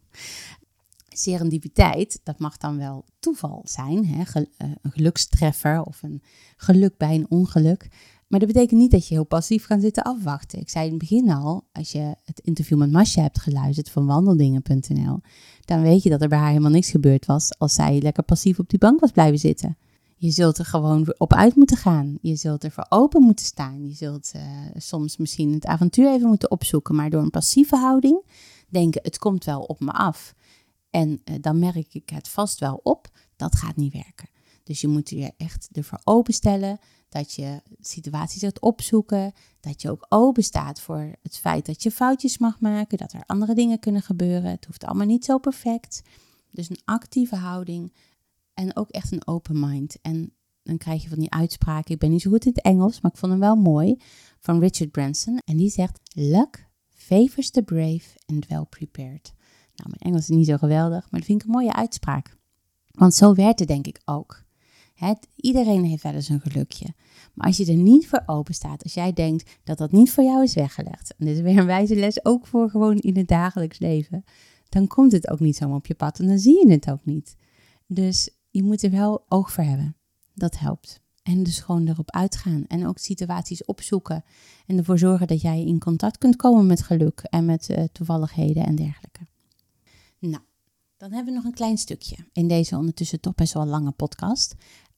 Serendipiteit, dat mag dan wel toeval zijn, hè? Gel- uh, een gelukstreffer of een geluk bij een ongeluk. Maar dat betekent niet dat je heel passief gaat zitten afwachten. Ik zei in het begin al, als je het interview met Masha hebt geluisterd van wandeldingen punt n l, dan weet je dat er bij haar helemaal niks gebeurd was als zij lekker passief op die bank was blijven zitten. Je zult er gewoon op uit moeten gaan. Je zult er voor open moeten staan. Je zult uh, soms misschien het avontuur even moeten opzoeken, maar door een passieve houding denken, het komt wel op me af. En uh, dan merk ik het vast wel op, dat gaat niet werken. Dus je moet je echt ervoor openstellen dat je situaties gaat opzoeken, dat je ook open staat voor het feit dat je foutjes mag maken, dat er andere dingen kunnen gebeuren. Het hoeft allemaal niet zo perfect. Dus een actieve houding en ook echt een open mind. En dan krijg je van die uitspraken, ik ben niet zo goed in het Engels, maar ik vond hem wel mooi, van Richard Branson. En die zegt, luck favors the brave and well prepared. Nou, mijn Engels is niet zo geweldig, maar dat vind ik een mooie uitspraak. Want zo werkt het denk ik ook. Het, iedereen heeft wel eens een gelukje. Maar als je er niet voor open staat, als jij denkt dat dat niet voor jou is weggelegd, en dit is weer een wijze les ook voor gewoon in het dagelijks leven, dan komt het ook niet zomaar op je pad en dan zie je het ook niet. Dus je moet er wel oog voor hebben. Dat helpt. En dus gewoon erop uitgaan en ook situaties opzoeken en ervoor zorgen dat jij in contact kunt komen met geluk en met uh, toevalligheden en dergelijke. Nou, dan hebben we nog een klein stukje in deze ondertussen toch best wel lange podcast.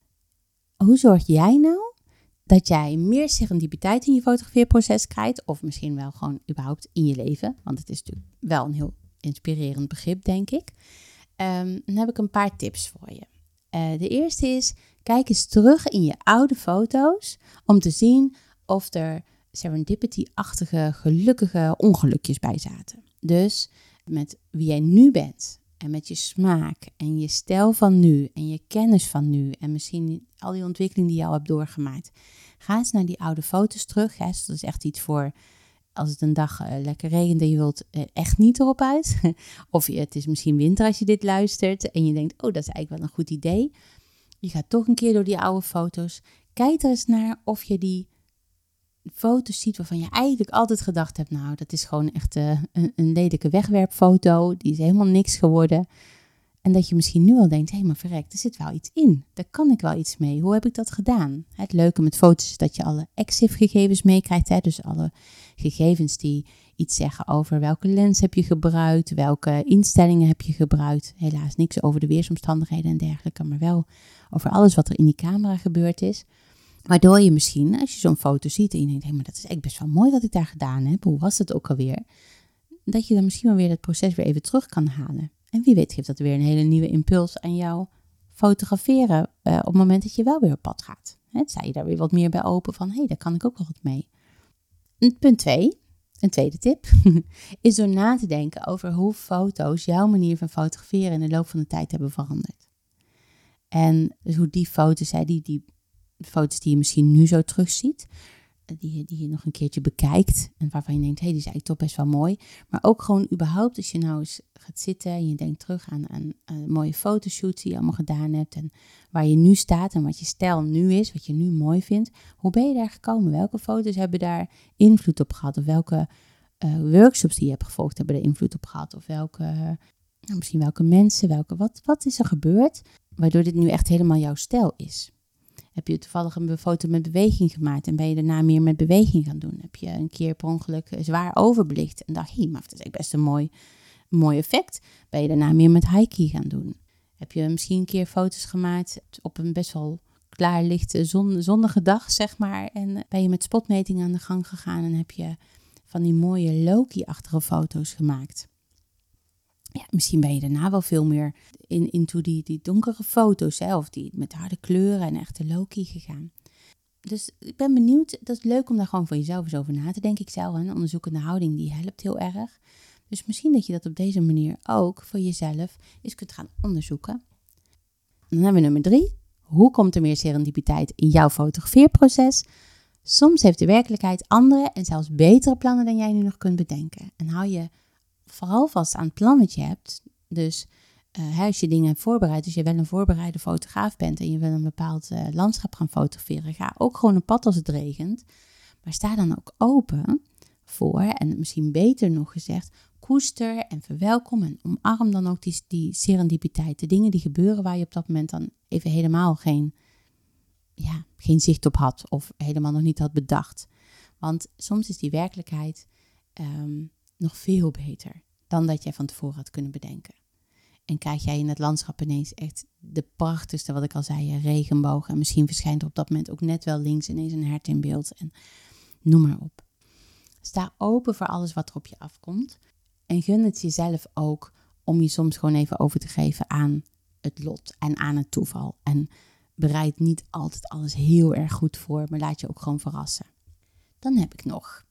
Hoe zorg jij nou dat jij meer serendipiteit in je fotografeerproces krijgt, of misschien wel gewoon überhaupt in je leven, want het is natuurlijk wel een heel inspirerend begrip, denk ik. Um, dan heb ik een paar tips voor je. Uh, de eerste is, kijk eens terug in je oude foto's om te zien of er serendipity-achtige, gelukkige ongelukjes bij zaten. Dus met wie jij nu bent en met je smaak en je stijl van nu en je kennis van nu en misschien al die ontwikkeling die je al hebt doorgemaakt. Ga eens naar die oude foto's terug. Hè. Dat is echt iets voor als het een dag uh, lekker regent en je wilt uh, echt niet erop uit. Of je, het is misschien winter als je dit luistert en je denkt, oh, dat is eigenlijk wel een goed idee. Je gaat toch een keer door die oude foto's. Kijk er eens naar of je die foto's ziet waarvan je eigenlijk altijd gedacht hebt, nou, dat is gewoon echt uh, een, een lelijke wegwerpfoto. Die is helemaal niks geworden. En dat je misschien nu al denkt, hé, hey, maar verrek, er zit wel iets in. Daar kan ik wel iets mee. Hoe heb ik dat gedaan? Het leuke met foto's is dat je alle E X I F-gegevens meekrijgt. Hè? Dus alle gegevens die iets zeggen over welke lens heb je gebruikt, welke instellingen heb je gebruikt. Helaas niks over de weersomstandigheden en dergelijke, maar wel over alles wat er in die camera gebeurd is. Waardoor je misschien, als je zo'n foto ziet en je denkt, hé, maar dat is echt best wel mooi wat ik daar gedaan heb. Hoe was het ook alweer? Dat je dan misschien wel weer het proces weer even terug kan halen. En wie weet geeft dat weer een hele nieuwe impuls aan jou fotograferen uh, op het moment dat je wel weer op pad gaat. He, sta je daar weer wat meer bij open van, hé, hey, daar kan ik ook wel wat mee. En punt twee, een tweede tip, is door na te denken over hoe foto's jouw manier van fotograferen in de loop van de tijd hebben veranderd. En dus hoe die foto's, hè, die, die foto's die je misschien nu zo terugziet, die, die je nog een keertje bekijkt en waarvan je denkt, hé, hey, die is eigenlijk toch best wel mooi. Maar ook gewoon überhaupt als je nou eens gaat zitten en je denkt terug aan, aan, aan mooie fotoshoots die je allemaal gedaan hebt en waar je nu staat en wat je stijl nu is, wat je nu mooi vindt. Hoe ben je daar gekomen? Welke foto's hebben daar invloed op gehad? Of welke uh, workshops die je hebt gevolgd hebben er invloed op gehad? Of welke, uh, nou, misschien welke mensen, welke, wat, wat is er gebeurd waardoor dit nu echt helemaal jouw stijl is? Heb je toevallig een foto met beweging gemaakt en ben je daarna meer met beweging gaan doen? Heb je een keer per ongeluk zwaar overbelicht en dacht, hé, maar dat is echt best een mooi, een mooi effect. Ben je daarna meer met high-key gaan doen? Heb je misschien een keer foto's gemaakt op een best wel klaar lichte zon, zonnige dag, zeg maar. En ben je met spotmeting aan de gang gegaan en heb je van die mooie low-key-achtige foto's gemaakt? Ja, misschien ben je daarna wel veel meer in, into die, die donkere foto's, hè, of die met harde kleuren en echte low-key gegaan. Dus ik ben benieuwd, dat is leuk om daar gewoon voor jezelf eens over na te denken. Ik zelf, een onderzoekende houding, die helpt heel erg. Dus misschien dat je dat op deze manier ook voor jezelf eens kunt gaan onderzoeken. Dan hebben we nummer drie. Hoe komt er meer serendipiteit in jouw fotografeerproces? Soms heeft de werkelijkheid andere en zelfs betere plannen dan jij nu nog kunt bedenken. En hou je vooral vast aan het plan wat je hebt. Dus uh, als je dingen hebt voorbereid, als je wel een voorbereide fotograaf bent en je wil een bepaald uh, landschap gaan fotograferen, ga ook gewoon een pad als het regent. Maar sta dan ook open voor, en misschien beter nog gezegd, koester en verwelkom en omarm dan ook die, die serendipiteit. De dingen die gebeuren waar je op dat moment dan even helemaal geen, ja, geen zicht op had of helemaal nog niet had bedacht. Want soms is die werkelijkheid um, nog veel beter dan dat jij van tevoren had kunnen bedenken. En krijg jij in het landschap ineens echt de prachtigste, wat ik al zei, regenboog. En misschien verschijnt er op dat moment ook net wel links ineens een hert in beeld. En noem maar op. Sta open voor alles wat er op je afkomt. En gun het jezelf ook om je soms gewoon even over te geven aan het lot en aan het toeval. En bereid niet altijd alles heel erg goed voor, maar laat je ook gewoon verrassen. Dan heb ik nog...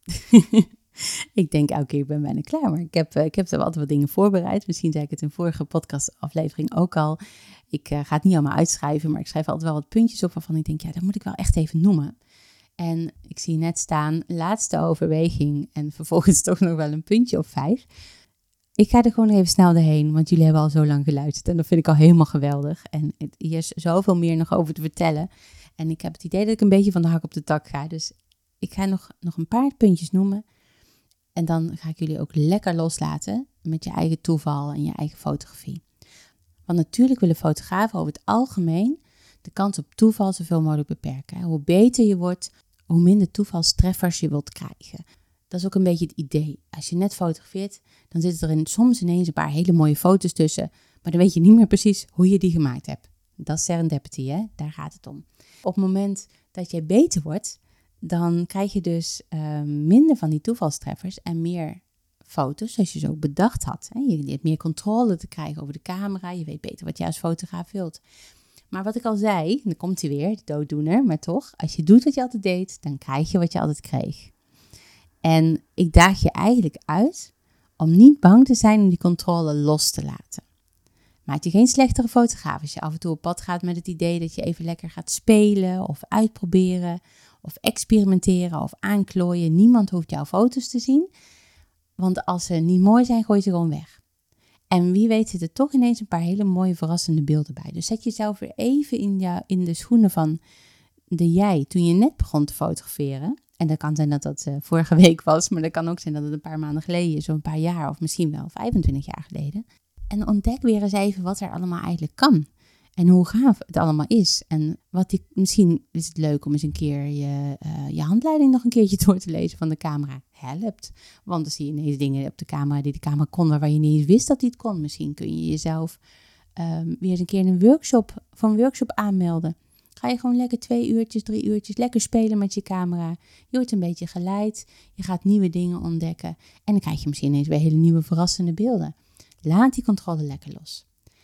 Ik denk elke keer, ik ben bijna klaar, maar ik heb, ik heb er altijd wat dingen voorbereid. Misschien zei ik het in vorige podcastaflevering ook al. Ik uh, ga het niet allemaal uitschrijven, maar ik schrijf altijd wel wat puntjes op waarvan ik denk, ja, dat moet ik wel echt even noemen. En ik zie net staan, laatste overweging en vervolgens toch nog wel een puntje op vijf. Ik ga er gewoon even snel doorheen, want jullie hebben al zo lang geluisterd en dat vind ik al helemaal geweldig. En hier is zoveel meer nog over te vertellen. En ik heb het idee dat ik een beetje van de hak op de tak ga, dus ik ga nog, nog een paar puntjes noemen. En dan ga ik jullie ook lekker loslaten met je eigen toeval en je eigen fotografie. Want natuurlijk willen fotografen over het algemeen de kans op toeval zoveel mogelijk beperken. Hoe beter je wordt, hoe minder toevalstreffers je wilt krijgen. Dat is ook een beetje het idee. Als je net fotografeert, dan zitten er in, soms ineens een paar hele mooie foto's tussen. Maar dan weet je niet meer precies hoe je die gemaakt hebt. Dat is serendipity, hè? Daar gaat het om. Op het moment dat jij beter wordt, dan krijg je dus uh, minder van die toevalstreffers en meer foto's zoals je ze ook bedacht had. Hè? Je leert meer controle te krijgen over de camera. Je weet beter wat je als fotograaf wilt. Maar wat ik al zei, dan komt hij weer, de dooddoener. Maar toch, als je doet wat je altijd deed, dan krijg je wat je altijd kreeg. En ik daag je eigenlijk uit om niet bang te zijn om die controle los te laten. Maak je geen slechtere fotograaf als je af en toe op pad gaat met het idee dat je even lekker gaat spelen of uitproberen of experimenteren of aanklooien. Niemand hoeft jouw foto's te zien, want als ze niet mooi zijn, gooi je ze gewoon weg. En wie weet zitten er toch ineens een paar hele mooie verrassende beelden bij. Dus zet jezelf weer even in, jou, in de schoenen van de jij toen je net begon te fotograferen. En dat kan zijn dat dat uh, vorige week was, maar dat kan ook zijn dat het een paar maanden geleden is, of een paar jaar, of misschien wel vijfentwintig jaar geleden. En ontdek weer eens even wat er allemaal eigenlijk kan. En hoe gaaf het allemaal is. En wat die, misschien is het leuk om eens een keer je, uh, je handleiding nog een keertje door te lezen van de camera. helpt. Want dan zie je ineens dingen op de camera die de camera kon, waarvan je niet eens wist dat die het kon. Misschien kun je jezelf um, weer eens een keer een workshop, voor een workshop aanmelden. Ga je gewoon lekker twee uurtjes, drie uurtjes lekker spelen met je camera. Je wordt een beetje geleid. Je gaat nieuwe dingen ontdekken. En dan krijg je misschien ineens weer hele nieuwe verrassende beelden. Laat die controle lekker los.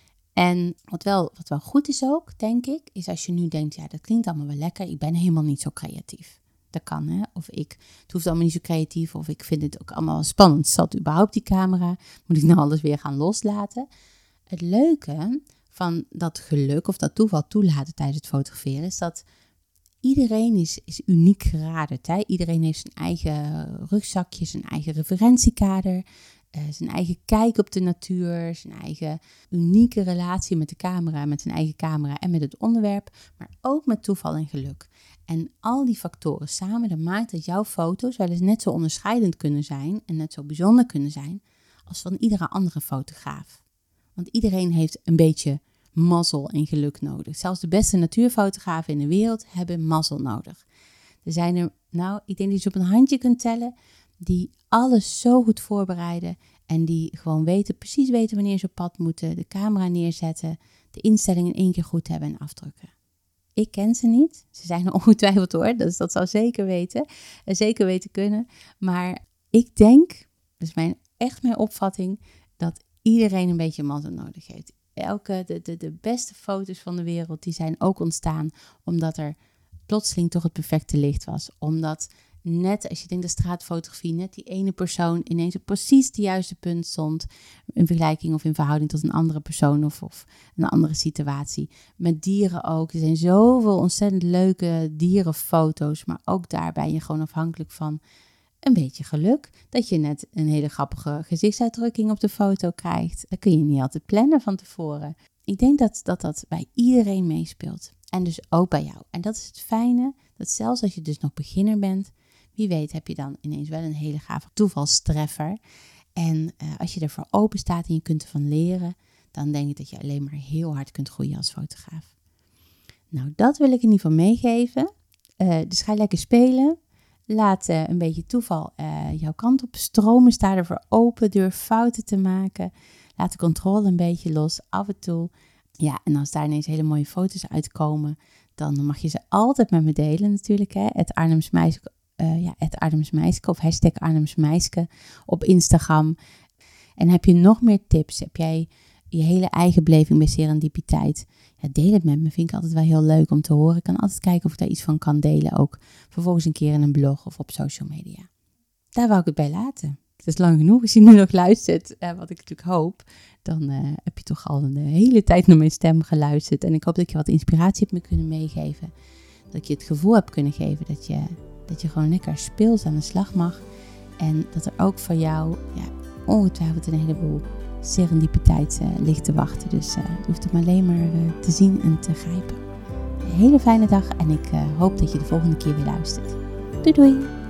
En wat wel, wat wel goed is ook, denk ik, is als je nu denkt, ja, dat klinkt allemaal wel lekker. Ik ben helemaal niet zo creatief. Dat kan, hè. Of ik, het hoeft allemaal niet zo creatief. Of ik vind het ook allemaal wel spannend. Zat überhaupt die camera? Moet ik nou alles weer gaan loslaten? Het leuke van dat geluk of dat toeval toelaten tijdens het fotograferen is dat iedereen is, is uniek geraderd. Hè? Iedereen heeft zijn eigen rugzakje, zijn eigen referentiekader, uh, zijn eigen kijk op de natuur, zijn eigen unieke relatie met de camera, met zijn eigen camera en met het onderwerp, maar ook met toeval en geluk. En al die factoren samen, dat maakt dat jouw foto's wel eens net zo onderscheidend kunnen zijn en net zo bijzonder kunnen zijn als van iedere andere fotograaf. Want iedereen heeft een beetje mazzel en geluk nodig. Zelfs de beste natuurfotografen in de wereld hebben mazzel nodig. Er zijn er, nou, ik denk dat je op een handje kunt tellen, die alles zo goed voorbereiden en die gewoon weten, precies weten wanneer ze op pad moeten, de camera neerzetten, de instellingen in één keer goed hebben en afdrukken. Ik ken ze niet. Ze zijn er ongetwijfeld hoor, dus dat zou zeker weten. En zeker weten kunnen. Maar ik denk, dat is mijn, echt mijn opvatting, dat iedereen een beetje mazzel nodig heeft. Elke, de, de, de beste foto's van de wereld, die zijn ook ontstaan omdat er plotseling toch het perfecte licht was. Omdat net, als je denkt de straatfotografie, net die ene persoon ineens op precies het juiste punt stond. In vergelijking of in verhouding tot een andere persoon of, of een andere situatie. Met dieren ook. Er zijn zoveel ontzettend leuke dierenfoto's, maar ook daar ben je gewoon afhankelijk van een beetje geluk. Dat je net een hele grappige gezichtsuitdrukking op de foto krijgt. Dat kun je niet altijd plannen van tevoren. Ik denk dat dat, dat bij iedereen meespeelt. En dus ook bij jou. En dat is het fijne, dat zelfs als je dus nog beginner bent, wie weet heb je dan ineens wel een hele gave toevalstreffer. En uh, als je ervoor open staat en je kunt ervan leren, dan denk ik dat je alleen maar heel hard kunt groeien als fotograaf. Nou, dat wil ik in ieder geval meegeven. Uh, dus ga lekker spelen. Laat uh, een beetje toeval uh, jouw kant op stromen. Sta ervoor open, durf fouten te maken. Laat de controle een beetje los, af en toe. Ja, en als daar ineens hele mooie foto's uitkomen, dan mag je ze altijd met me delen natuurlijk. Hè? Het Arnhemsmeisje, uh, ja, het Arnhemsmeisje of hashtag Arnhemsmeisje op Instagram. En heb je nog meer tips? Heb jij je hele eigen beleving bij serendipiteit? Ja, deel het met me. Vind ik altijd wel heel leuk om te horen. Ik kan altijd kijken of ik daar iets van kan delen. Ook vervolgens een keer in een blog of op social media. Daar wou ik het bij laten. Het is lang genoeg. Als je nu nog luistert, uh, wat ik natuurlijk hoop, dan uh, heb je toch al een hele tijd naar mijn stem geluisterd. En ik hoop dat je wat inspiratie hebt me kunnen meegeven. Dat je het gevoel hebt kunnen geven dat je, dat je gewoon lekker speels aan de slag mag. En dat er ook voor jou ja, ongetwijfeld een heleboel serendipiteit uh, ligt te wachten. Dus uh, je hoeft hem alleen maar uh, te zien en te grijpen. Een hele fijne dag en ik uh, hoop dat je de volgende keer weer luistert. Doei doei!